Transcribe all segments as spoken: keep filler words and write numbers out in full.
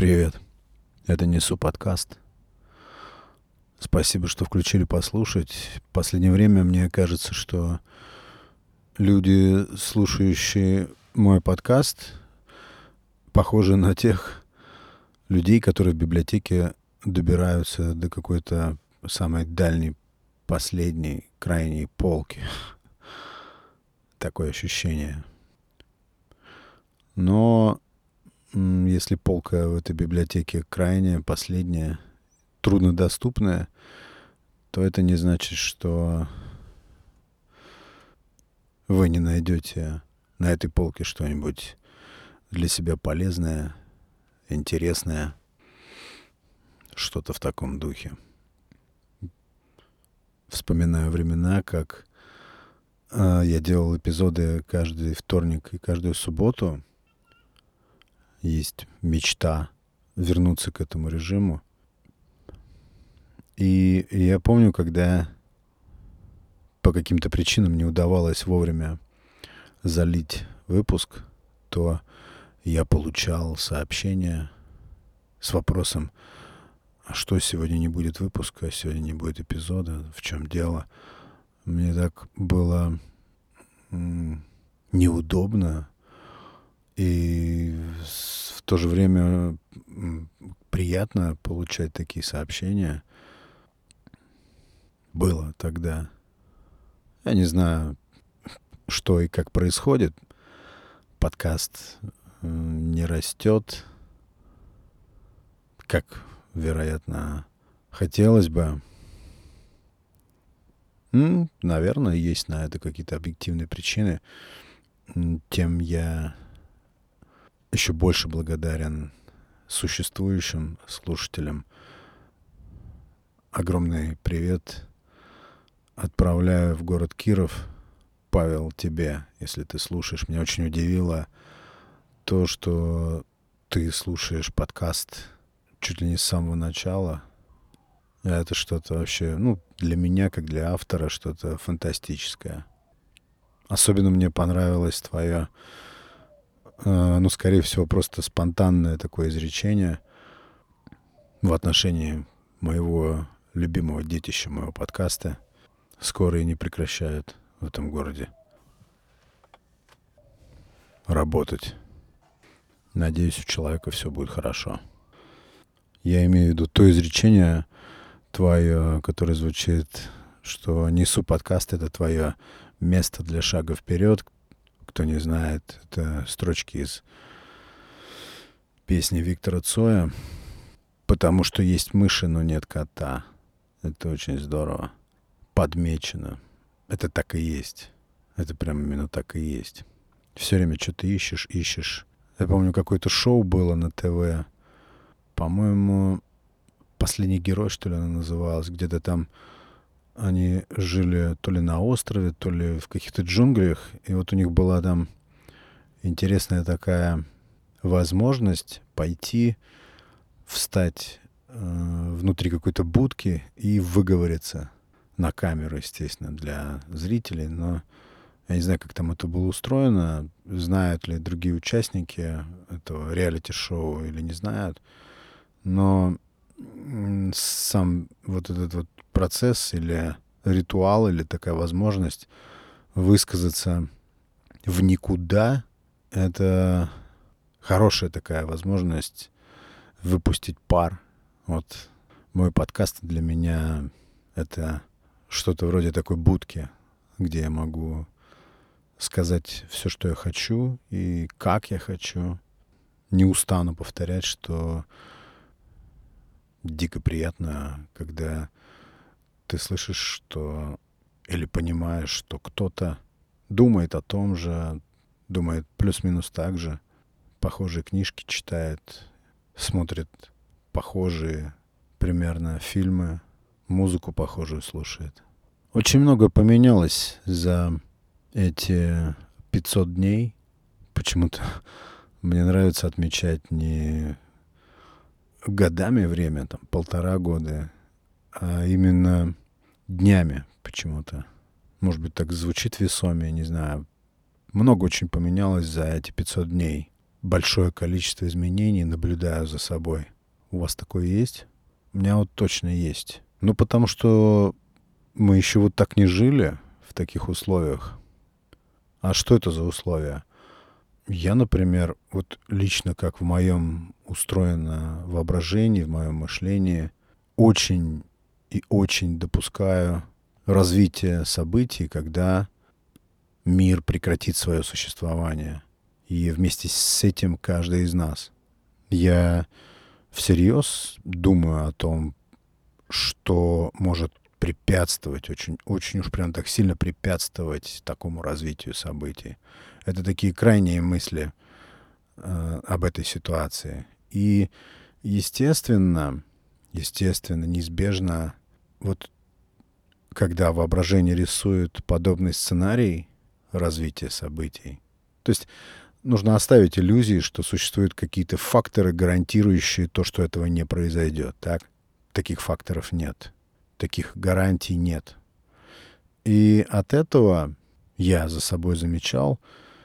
Привет, это Несу подкаст. Спасибо, что включили послушать. В последнее время мне кажется, что люди, слушающие мой подкаст, похожи на тех людей, которые в библиотеке добираются до какой-то самой дальней, последней, крайней полки. Такое ощущение. Но если полка в этой библиотеке крайняя, последняя, труднодоступная, то это не значит, что вы не найдете на этой полке что-нибудь для себя полезное, интересное, что-то в таком духе. Вспоминаю времена, как э, я делал эпизоды каждый вторник и каждую субботу. Есть мечта вернуться к этому режиму. И я помню, когда по каким-то причинам не удавалось вовремя залить выпуск, то я получал сообщения с вопросом: а что, сегодня не будет выпуска, сегодня не будет эпизода, в чем дело? Мне так было м- неудобно и в то же время м- приятно получать такие сообщения. Было тогда. Я не знаю, что и как происходит. Подкаст не растет, как, вероятно, хотелось бы. М, наверное, есть на это какие-то объективные причины. Тем я еще больше благодарен существующим слушателям. Огромный привет отправляю в город Киров. Павел, тебе, если ты слушаешь. Меня очень удивило то, что ты слушаешь подкаст чуть ли не с самого начала. Это что-то вообще, ну, для меня, как для автора, что-то фантастическое. Особенно мне понравилось твое, э, ну, скорее всего, просто спонтанное такое изречение в отношении моего любимого детища, моего подкаста. Скоро и не прекращают в этом городе работать. Надеюсь, у человека все будет хорошо. Я имею в виду то изречение твое, которое звучит, что Несу подкаст — это твое место для шага вперед. Кто не знает, это строчки из песни Виктора Цоя. Потому что есть мыши, но нет кота. Это очень здорово. Подмечено. Это так и есть. Это прям именно так и есть. Все время что-то ищешь, ищешь. Я помню, какое-то шоу было на ТВ. По-моему, «Последний герой», что ли, оно называлось. Где-то там они жили то ли на острове, то ли в каких-то джунглях. И вот у них была там интересная такая возможность пойти, встать э, внутри какой-то будки и выговориться на камеру, естественно, для зрителей. Но я не знаю, как там это было устроено, знают ли другие участники этого реалити-шоу или не знают. Но сам вот этот вот процесс или ритуал, или такая возможность высказаться в никуда — это хорошая такая возможность выпустить пар. Вот мой подкаст для меня — это что-то вроде такой будки, где я могу сказать все, что я хочу и как я хочу. Не устану повторять, что дико приятно, когда ты слышишь, что или понимаешь, что кто-то думает о том же, думает плюс-минус так же, похожие книжки читает, смотрит похожие примерно фильмы, музыку похожую слушает. Очень много поменялось за эти пятьсот дней. Почему-то мне нравится отмечать не годами время, там, полтора года, а именно днями почему-то. Может быть, так звучит весомее, не знаю. Много очень поменялось за эти пятьсот дней. большое количество изменений наблюдаю за собой. У вас такое есть? У меня вот точно есть. Ну, потому что мы еще вот так не жили в таких условиях. А что это за условия? Я, например, вот лично как в моем устроено воображении, в моем мышлении, очень и очень допускаю развитие событий, когда мир прекратит свое существование. И вместе с этим каждый из нас. Я всерьез думаю о том, что может препятствовать, очень, очень уж прям так сильно препятствовать такому развитию событий. Это такие крайние мысли э, об этой ситуации. И, естественно, естественно, неизбежно, вот когда воображение рисует подобный сценарий развития событий, то есть нужно оставить иллюзии, что существуют какие-то факторы, гарантирующие то, что этого не произойдет. Так? Таких факторов нет. Таких гарантий нет. И от этого, я за собой замечал,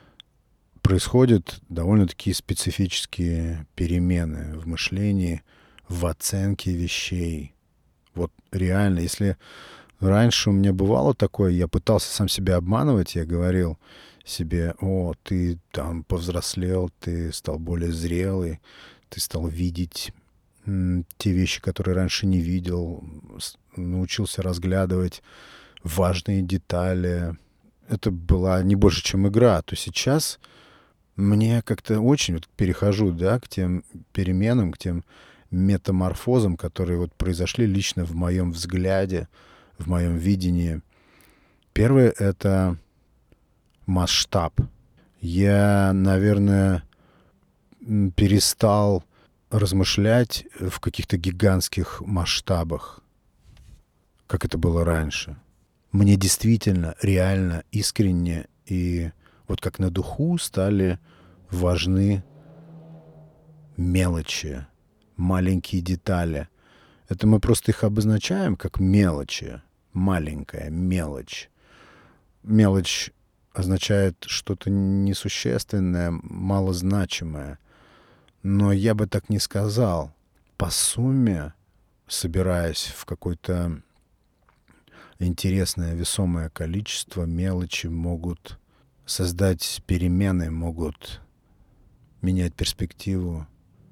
происходят довольно-таки специфические перемены в мышлении, в оценке вещей. Вот реально, если раньше у меня бывало такое, я пытался сам себя обманывать, я говорил себе: о, ты там повзрослел, ты стал более зрелый, ты стал видеть м, те вещи, которые раньше не видел, с- научился разглядывать важные детали. Это была не больше, чем игра. То сейчас мне как-то очень вот перехожу, да, к тем переменам, к тем метаморфозам, которые вот произошли лично в моем взгляде, в моем видении. Первое — это масштаб. Я, наверное, м, перестал размышлять в каких-то гигантских масштабах, как это было раньше. Мне действительно, реально, искренне и вот как на духу стали важны мелочи, маленькие детали. Это мы просто их обозначаем как мелочи. Маленькая мелочь. Мелочь означает что-то несущественное, малозначимое. Но я бы так не сказал. По сумме, собираясь в какое-то интересное весомое количество, мелочи могут создать перемены, могут менять перспективу.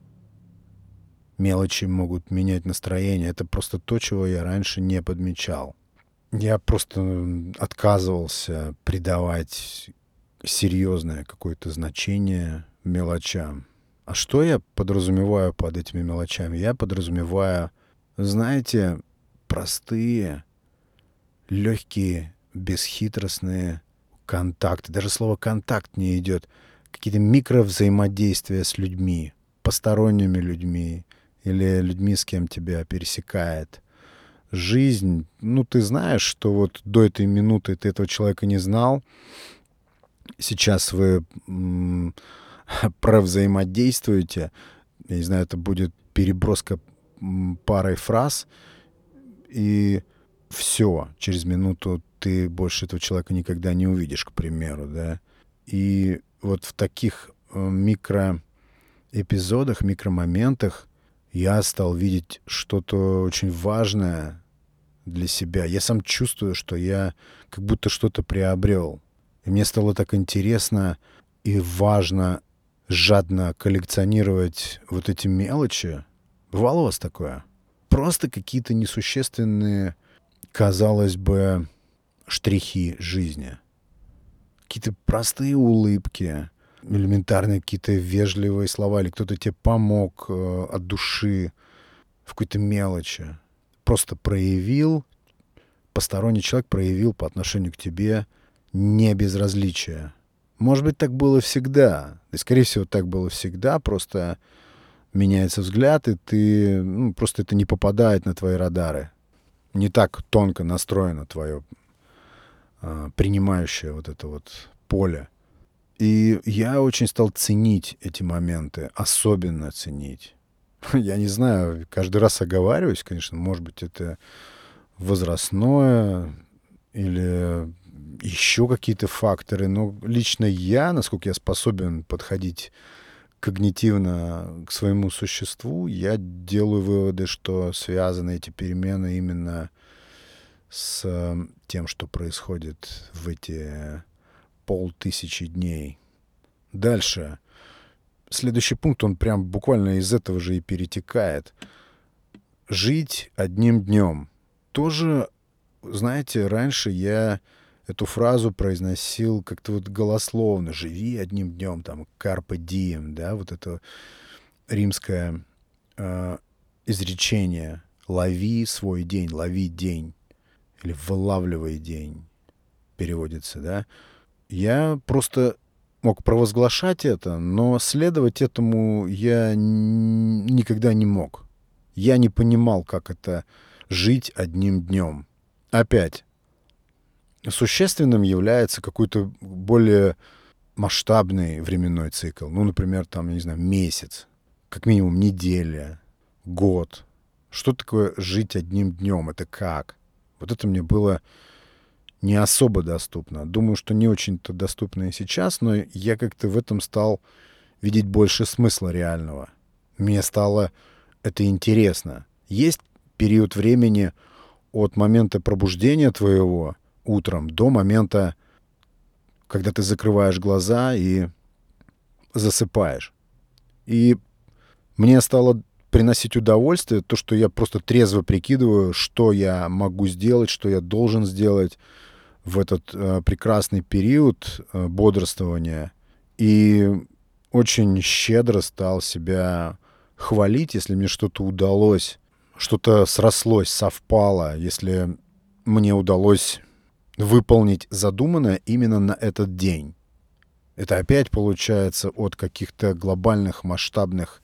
Мелочи могут менять настроение. Это просто то, чего я раньше не подмечал. Я просто м, отказывался придавать серьезное какое-то значение мелочам. А что я подразумеваю под этими мелочами? Я подразумеваю, знаете, простые, легкие, бесхитростные контакты. Даже слово «контакт» не идет. Какие-то микровзаимодействия с людьми, посторонними людьми или людьми, с кем тебя пересекает жизнь. Ну, ты знаешь, что вот до этой минуты ты этого человека не знал. Сейчас вы м, провзаимодействуете. Я не знаю, это будет переброска м, парой фраз, и все. Через минуту ты больше этого человека никогда не увидишь, к примеру, да. И вот в таких э, микроэпизодах, микромоментах я стал видеть что-то очень важное для себя. Я сам чувствую, что я как будто что-то приобрел. И мне стало так интересно и важно жадно коллекционировать вот эти мелочи. Бывало у вас такое? Просто какие-то несущественные, казалось бы, штрихи жизни. Какие-то простые улыбки, элементарные какие-то вежливые слова, или кто-то тебе помог э, от души в какой-то мелочи. Просто проявил, посторонний человек проявил по отношению к тебе не безразличие. Может быть, так было всегда. И, скорее всего, так было всегда. Просто меняется взгляд, и ты, ну, просто это не попадает на твои радары. Не так тонко настроено твое а, принимающее вот это вот поле. И я очень стал ценить эти моменты, особенно ценить. Я не знаю, каждый раз оговариваюсь, конечно, может быть, это возрастное или еще какие-то факторы, но лично я, насколько я способен подходить к когнитивно к своему существу, я делаю выводы, что связаны эти перемены именно с тем, что происходит в эти полтысячи дней. Дальше. Следующий пункт, он прям буквально из этого же и перетекает. Жить одним днем. Тоже, знаете, раньше я эту фразу произносил как-то вот голословно. Живи одним днем, там, carpe diem, да, вот это римское э, изречение. Лови свой день, лови день. Или вылавливай день, переводится, да. Я просто мог провозглашать это, но следовать этому я н- никогда не мог. Я не понимал, как это жить одним днем. Опять, существенным является какой-то более масштабный временной цикл. Ну, например, там, я не знаю, месяц, как минимум неделя, год. Что такое жить одним днем? Это как? Вот это мне было не особо доступно. Думаю, что не очень-то доступно и сейчас, но я как-то в этом стал видеть больше смысла реального. Мне стало это интересно. Есть период времени от момента пробуждения твоего утром до момента, когда ты закрываешь глаза и засыпаешь. И мне стало приносить удовольствие то, что я просто трезво прикидываю, что я могу сделать, что я должен сделать в этот э, прекрасный период э, бодрствования. И очень щедро стал себя хвалить, если мне что-то удалось, что-то срослось, совпало, если мне удалось выполнить задуманное именно на этот день. Это опять получается от каких-то глобальных масштабных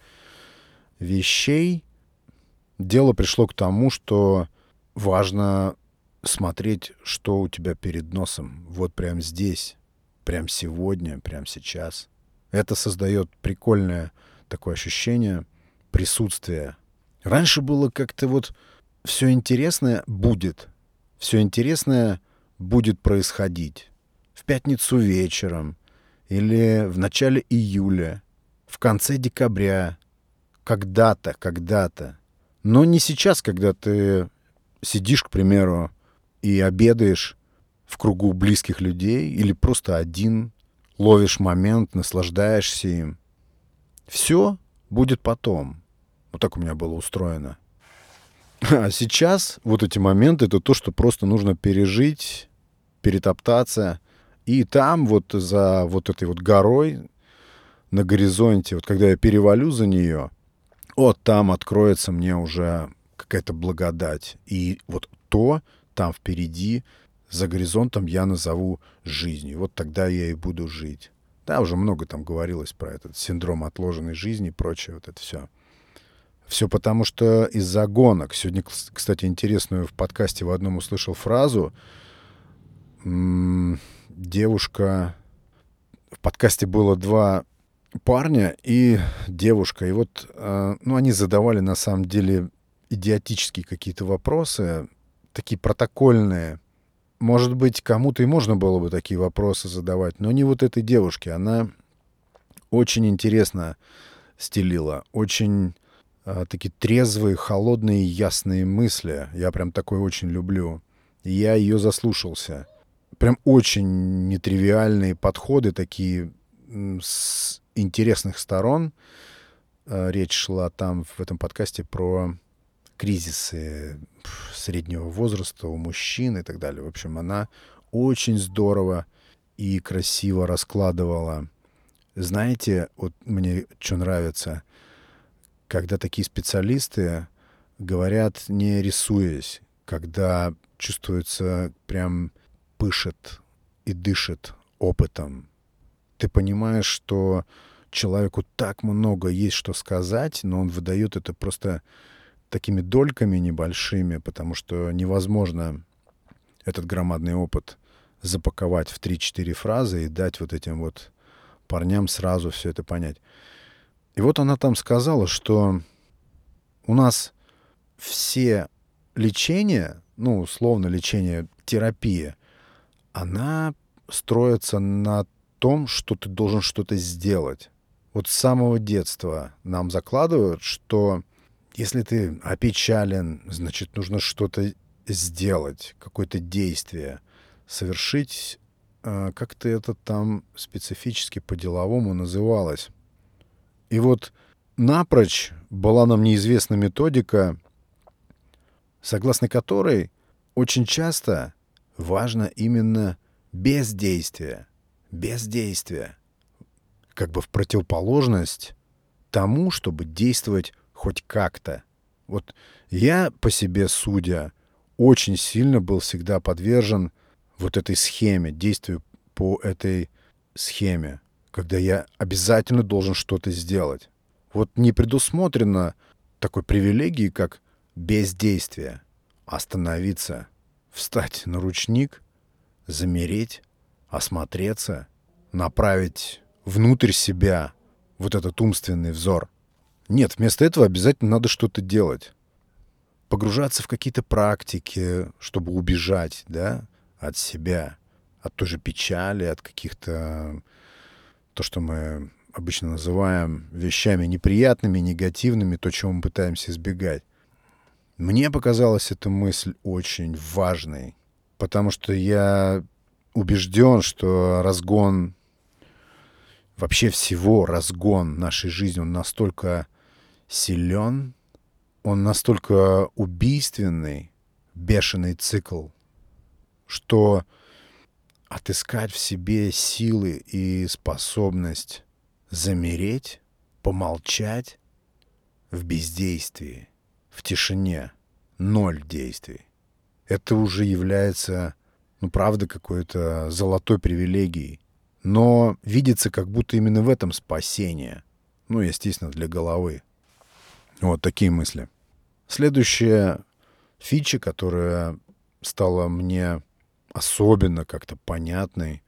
вещей. Дело пришло к тому, что важно смотреть, что у тебя перед носом. Вот прямо здесь, прямо сегодня, прямо сейчас. Это создает прикольное такое ощущение присутствия. Раньше было как-то вот все интересное будет. Все интересное будет происходить. В пятницу вечером или в начале июля, в конце декабря. Когда-то, когда-то. Но не сейчас, когда ты сидишь, к примеру, и обедаешь в кругу близких людей или просто один, ловишь момент, наслаждаешься им. Все будет потом. Вот так у меня было устроено. А сейчас вот эти моменты — это то, что просто нужно пережить, перетоптаться. И там вот за вот этой вот горой на горизонте, вот когда я перевалю за нее, вот там откроется мне уже какая-то благодать. И вот то там впереди, за горизонтом, я назову жизнью. Вот тогда я и буду жить. Да, уже много там говорилось про этот синдром отложенной жизни и прочее, вот это все. Все потому, что из-за гонок. Сегодня, кстати, интересную в подкасте в одном услышал фразу. М-м, девушка... В подкасте было два парня и девушка. И вот, э, ну, они задавали, на самом деле, идиотические какие-то вопросы, такие протокольные. Может быть, кому-то и можно было бы такие вопросы задавать, но не вот этой девушке. Она очень интересно стелила, очень э, такие трезвые, холодные, ясные мысли. Я прям такое очень люблю. И я ее заслушался. Прям очень нетривиальные подходы, такие с интересных сторон. Речь шла там в этом подкасте про кризисы среднего возраста у мужчин и так далее. В общем, она очень здорово и красиво раскладывала. Знаете, вот мне что нравится, когда такие специалисты говорят, не рисуясь, когда чувствуется, прям пышет и дышит опытом. Ты понимаешь, что человеку так много есть что сказать, но он выдает это просто такими дольками небольшими, потому что невозможно этот громадный опыт запаковать в три-четыре фразы и дать вот этим вот парням сразу все это понять. И вот она там сказала, что у нас все лечения, ну, условно лечение, терапия, она строится на том, что ты должен что-то сделать. Вот с самого детства нам закладывают, что если ты опечален, значит, нужно что-то сделать, какое-то действие совершить. э, Как-то это там специфически по-деловому называлось. И вот напрочь была нам неизвестна методика, согласно которой очень часто важно именно бездействие. Бездействие. Как бы в противоположность тому, чтобы действовать хоть как-то. Вот я, по себе судя, очень сильно был всегда подвержен вот этой схеме, действию по этой схеме, когда я обязательно должен что-то сделать. Вот не предусмотрено такой привилегии, как бездействие. Остановиться, встать на ручник, замереть, осмотреться, направить внутрь себя вот этот умственный взор. Нет, вместо этого обязательно надо что-то делать. Погружаться в какие-то практики, чтобы убежать, да, от себя, от той же печали, от каких-то, то, что мы обычно называем вещами неприятными, негативными, то, чего мы пытаемся избегать. Мне показалась эта мысль очень важной, потому что я убежден, что разгон, вообще всего разгон нашей жизни, он настолько силен, он настолько убийственный, бешеный цикл, что отыскать в себе силы и способность замереть, помолчать в бездействии, в тишине, ноль действий. Это уже является, ну, правда, какой-то золотой привилегией. Но видится, как будто именно в этом спасение. Ну, естественно, для головы. Вот такие мысли. Следующая фича, которая стала мне особенно как-то понятной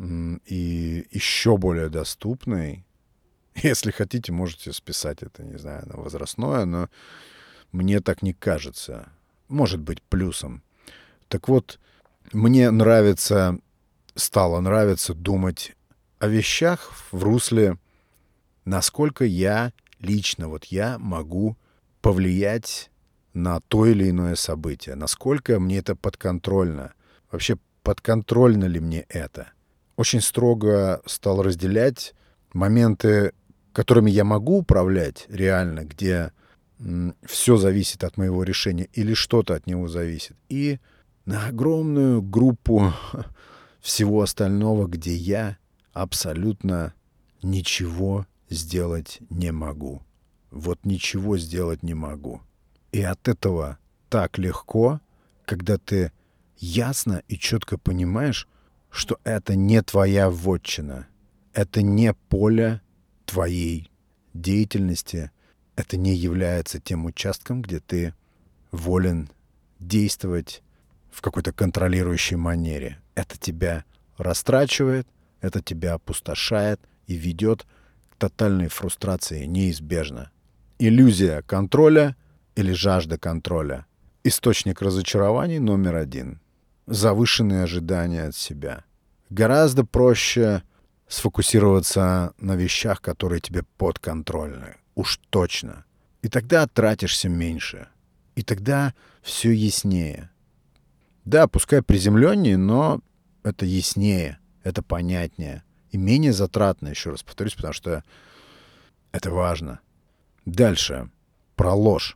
и еще более доступной. Если хотите, можете списать это, не знаю, на возрастное, но мне так не кажется. Может быть, плюсом. Так вот, мне нравится, стало нравиться думать о вещах в русле, насколько я лично, вот я могу повлиять на то или иное событие, насколько мне это подконтрольно. Вообще, подконтрольно ли мне это? Очень строго стал разделять моменты, которыми я могу управлять реально, где м, все зависит от моего решения или что-то от него зависит, и на огромную группу всего остального, где я абсолютно ничего сделать не могу. Вот ничего сделать не могу. И от этого так легко, когда ты ясно и четко понимаешь, что это не твоя вотчина, это не поле твоей деятельности, это не является тем участком, где ты волен действовать в какой-то контролирующей манере. Это тебя растрачивает, это тебя опустошает и ведет к тотальной фрустрации неизбежно. Иллюзия контроля или жажда контроля — источник разочарований номер один. Завышенные ожидания от себя. Гораздо проще сфокусироваться на вещах, которые тебе подконтрольны. Уж точно. И тогда тратишься меньше. И тогда все яснее. Да, пускай приземленнее, но это яснее, это понятнее. И менее затратно, еще раз повторюсь, потому что это важно. Дальше. Про ложь.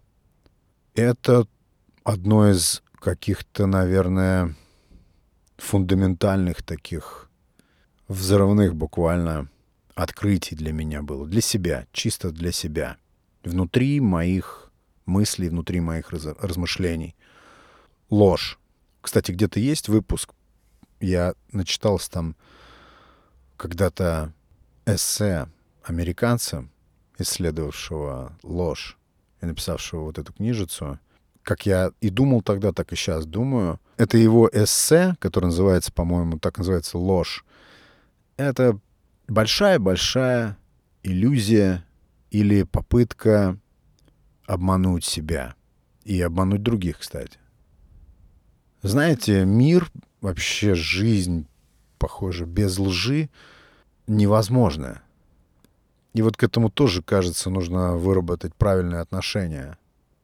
Это одно из каких-то, наверное, фундаментальных таких взрывных буквально открытий для меня было. Для себя, чисто для себя. Внутри моих мыслей, внутри моих раз- размышлений. Ложь. Кстати, где-то есть выпуск. Я начитался там когда-то эссе американца, исследовавшего ложь и написавшего вот эту книжицу. Как я и думал тогда, так и сейчас думаю. Это его эссе, которое называется, по-моему, так называется «Ложь». Это большая-большая иллюзия или попытка обмануть себя. И обмануть других, кстати. Знаете, мир, вообще жизнь, похоже, без лжи невозможна. И вот к этому тоже, кажется, нужно выработать правильное отношение.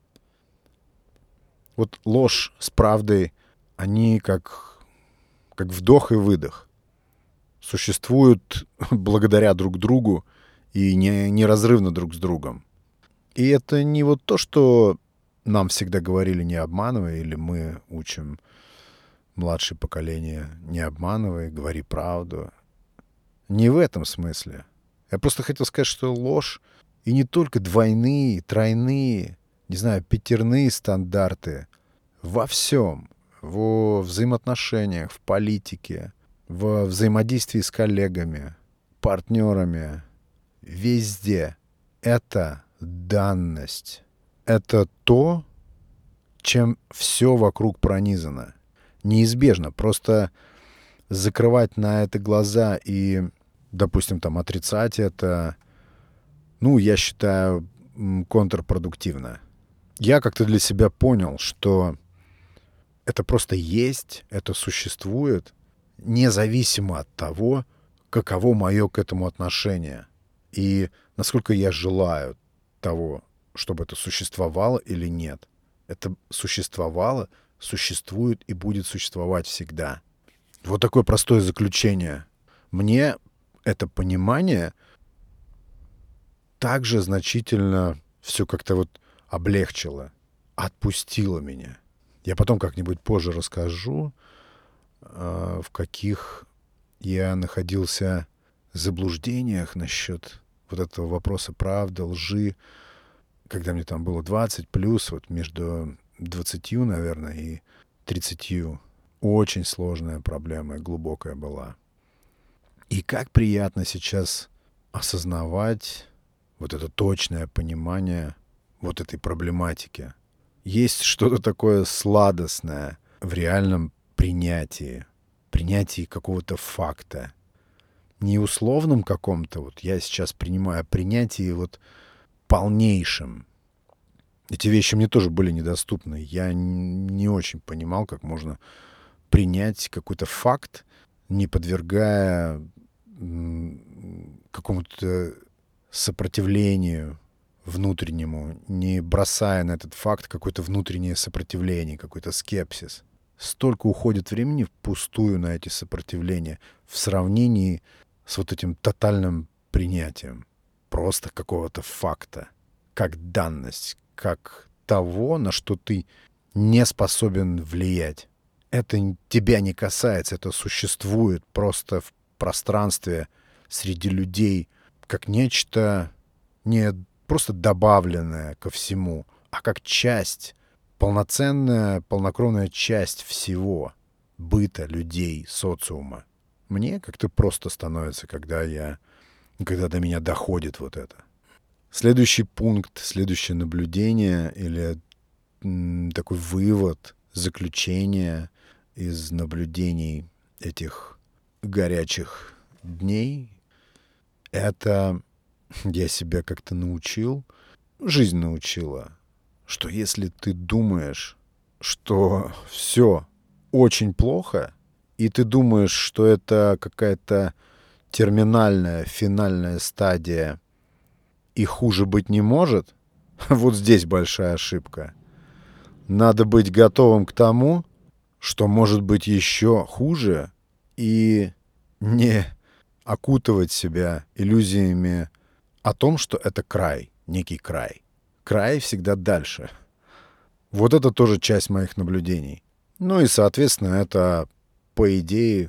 Вот ложь с правдой, они как, как вдох и выдох. Существуют благодаря друг другу и не, неразрывно друг с другом. И это не вот то, что нам всегда говорили «не обманывай», или мы учим младшее поколение «не обманывай, говори правду». Не в этом смысле. Я просто хотел сказать, что ложь и не только двойные, тройные, не знаю, пятерные стандарты во всем, во взаимоотношениях, в политике, во взаимодействии с коллегами, партнерами, везде. Это данность. Это то, чем все вокруг пронизано. Неизбежно. Просто закрывать на это глаза и, допустим, там отрицать это, ну, я считаю, контрпродуктивно. Я как-то для себя понял, что это просто есть, это существует, независимо от того, каково мое к этому отношение и насколько я желаю того, чтобы это существовало или нет. Это существовало, существует и будет существовать всегда. Вот такое простое заключение. Мне это понимание также значительно все как-то вот облегчило, отпустило меня. Я потом как-нибудь позже расскажу, в каких я находился заблуждениях насчет вот этого вопроса правды, лжи, когда мне там было двадцать плюс, вот между двадцатью, наверное, и тридцатью. Очень сложная проблема, глубокая была. И как приятно сейчас осознавать вот это точное понимание вот этой проблематики. Есть что-то такое сладостное в реальном принятии, принятии какого-то факта. Не условном каком-то, вот я сейчас принимаю, а принятии вот полнейшем. Эти вещи мне тоже были недоступны. Я не очень понимал, как можно принять какой-то факт, не подвергая какому-то сопротивлению внутреннему, не бросая на этот факт какое-то внутреннее сопротивление, какой-то скепсис. Столько уходит времени впустую на эти сопротивления в сравнении с вот этим тотальным принятием просто какого-то факта, как данность, как того, на что ты не способен влиять. Это тебя не касается, это существует просто в пространстве среди людей, как нечто не просто добавленное ко всему, а как часть, полноценная, полнокровная часть всего быта людей, социума. Мне как-то просто становится, когда я, когда до меня доходит вот это. Следующий пункт, следующее наблюдение или м, такой вывод, заключение из наблюдений этих горячих дней, это я себя как-то научил, жизнь научила, что если ты думаешь, что все очень плохо, и ты думаешь, что это какая-то терминальная, финальная стадия, и хуже быть не может, вот здесь большая ошибка. Надо быть готовым к тому, что может быть еще хуже, и не окутывать себя иллюзиями о том, что это край, некий край. Край всегда дальше. Вот это тоже часть моих наблюдений. Ну и, соответственно, это, по идее,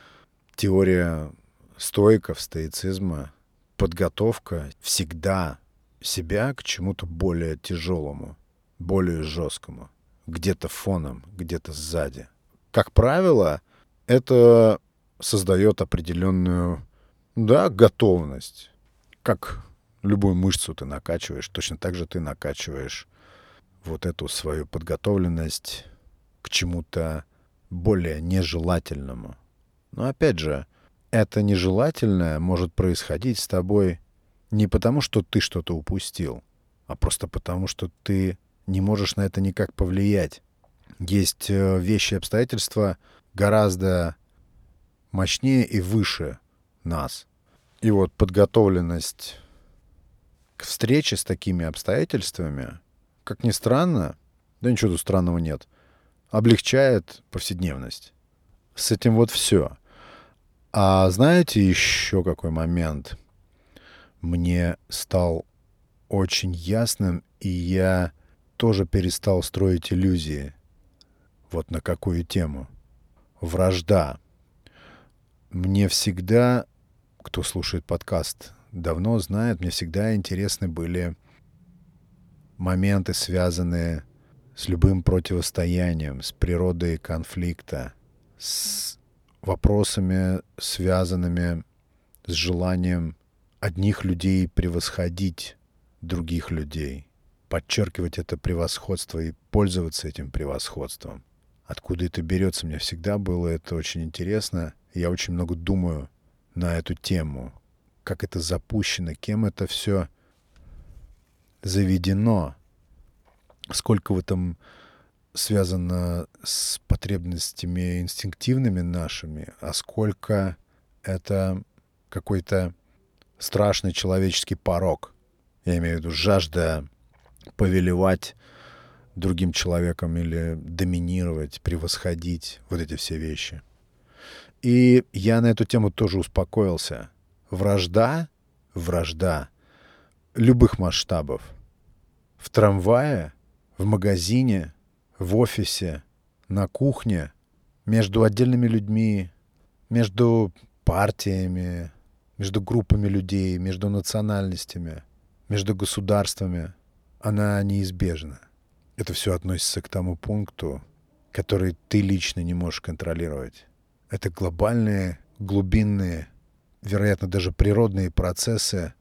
теория стоиков, стоицизма, подготовка всегда себя к чему-то более тяжелому, более жесткому, где-то фоном, где-то сзади. Как правило, это создает определенную, да, готовность. Как любую мышцу ты накачиваешь, точно так же ты накачиваешь вот эту свою подготовленность к чему-то более нежелательному. Но опять же, это нежелательное может происходить с тобой не потому, что ты что-то упустил, а просто потому, что ты не можешь на это никак повлиять. Есть вещи и обстоятельства гораздо мощнее и выше нас. И вот подготовленность к встрече с такими обстоятельствами, как ни странно, да ничего тут странного нет, облегчает повседневность. С этим вот все. А знаете еще какой момент мне стал очень ясным, и я тоже перестал строить иллюзии. Вот на какую тему? Вражда. Мне всегда, кто слушает подкаст, давно знает, мне всегда интересны были моменты, связанные с любым противостоянием, с природой конфликта, с вопросами, связанными с желанием одних людей превосходить других людей, подчеркивать это превосходство и пользоваться этим превосходством. Откуда это берется, мне всегда было это очень интересно. Я очень много думаю на эту тему, как это запущено, кем это все заведено, сколько в этом связано с потребностями инстинктивными нашими, а сколько это какой-то страшный человеческий порок. Я имею в виду жажда повелевать другим человеком или доминировать, превосходить, вот эти все вещи. И я на эту тему тоже успокоился. Вражда, вражда любых масштабов. В трамвае, в магазине, в офисе, на кухне, между отдельными людьми, между партиями, между группами людей, между национальностями, между государствами, она неизбежна. Это все относится к тому пункту, который ты лично не можешь контролировать. Это глобальные, глубинные, вероятно, даже природные процессы.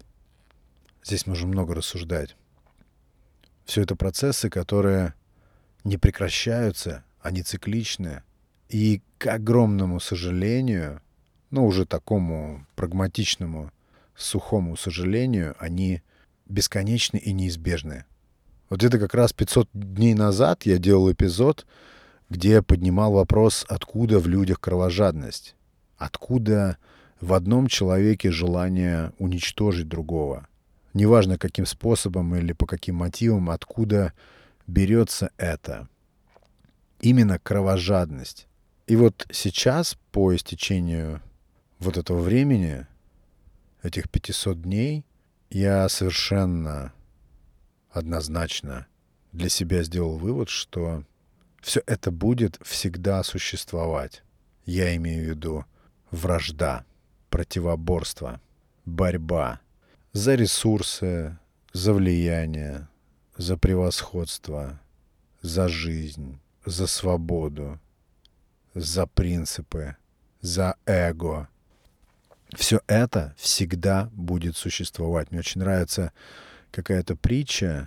Здесь можно много рассуждать. Все это процессы, которые не прекращаются, они цикличны. И, к огромному сожалению, ну, уже такому прагматичному, сухому сожалению, они бесконечны и неизбежны. Вот это как раз пятьсот дней назад я делал эпизод, где я поднимал вопрос, откуда в людях кровожадность, откуда в одном человеке желание уничтожить другого. Неважно, каким способом или по каким мотивам, откуда берется это. Именно кровожадность. И вот сейчас, по истечению вот этого времени, этих пятисот дней, я совершенно однозначно для себя сделал вывод, что все это будет всегда существовать. Я имею в виду вражда, противоборство, борьба за ресурсы, за влияние, за превосходство, за жизнь, за свободу, за принципы, за эго. Все это всегда будет существовать. Мне очень нравится какая-то притча.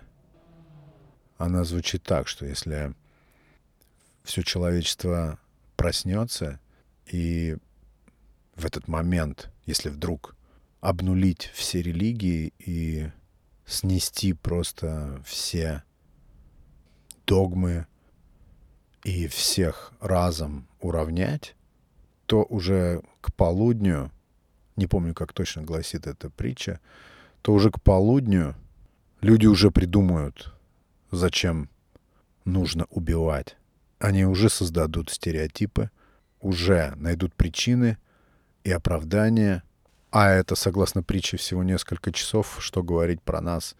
Она звучит так, что если все человечество проснется, и в этот момент, если вдруг обнулить все религии и снести просто все догмы и всех разом уравнять, то уже к полудню, не помню, как точно гласит эта притча, то уже к полудню люди уже придумают, зачем нужно убивать. Они уже создадут стереотипы, уже найдут причины и оправдания. А это, согласно притче, всего несколько часов, что говорить про нас,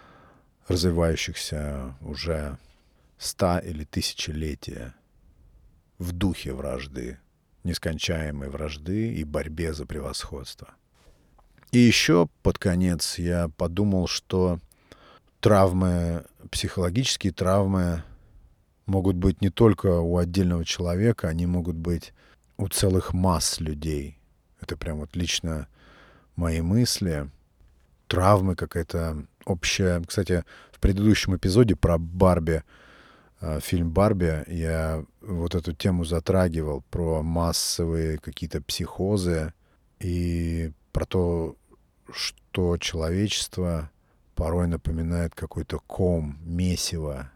развивающихся уже ста или тысячелетия в духе вражды, нескончаемой вражды и борьбе за превосходство. И еще под конец я подумал, что травмы, психологические травмы могут быть не только у отдельного человека, они могут быть у целых масс людей. Это прям вот лично мои мысли. Травмы какая-то общая. Кстати, в предыдущем эпизоде про Барби, фильм «Барби», я вот эту тему затрагивал, про массовые какие-то психозы и про то, что человечество порой напоминает какой-то ком, месиво,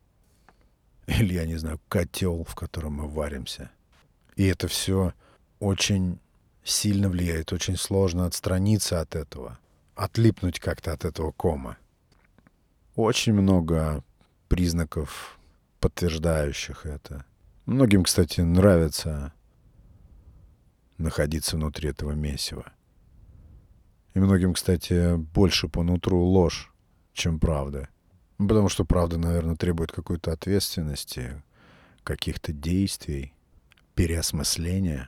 или, я не знаю, котел, в котором мы варимся. И это все очень сильно влияет, очень сложно отстраниться от этого. отлипнуть как-то от этого кома. Очень много признаков, подтверждающих это. Многим, кстати, нравится находиться внутри этого месива. И многим, кстати, больше по нутру ложь, чем правда. Ну, потому что правда, наверное, требует какой-то ответственности, каких-то действий, переосмысления.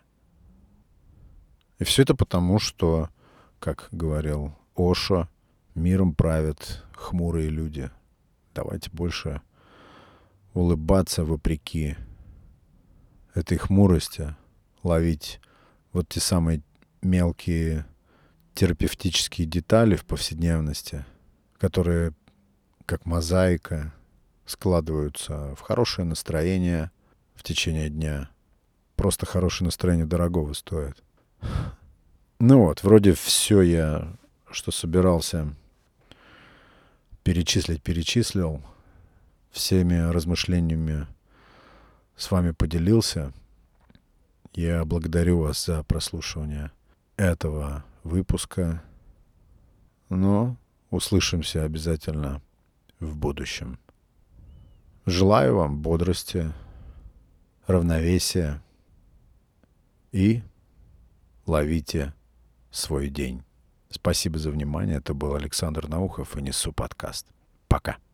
И все это потому, что, как говорил Ошо, миром правят хмурые люди. Давайте больше улыбаться вопреки этой хмурости, ловить вот те самые мелкие терапевтические детали в повседневности, которые, как мозаика, складываются в хорошее настроение в течение дня. Просто хорошее настроение дорогого стоит. Ну вот, вроде все я, что собирался перечислить, перечислил. Всеми размышлениями с вами поделился. Я благодарю вас за прослушивание этого выпуска. Но услышимся обязательно в будущем. Желаю вам бодрости, равновесия и ловите свой день. Спасибо за внимание. Это был Александр Наухов и Несу подкаст. Пока.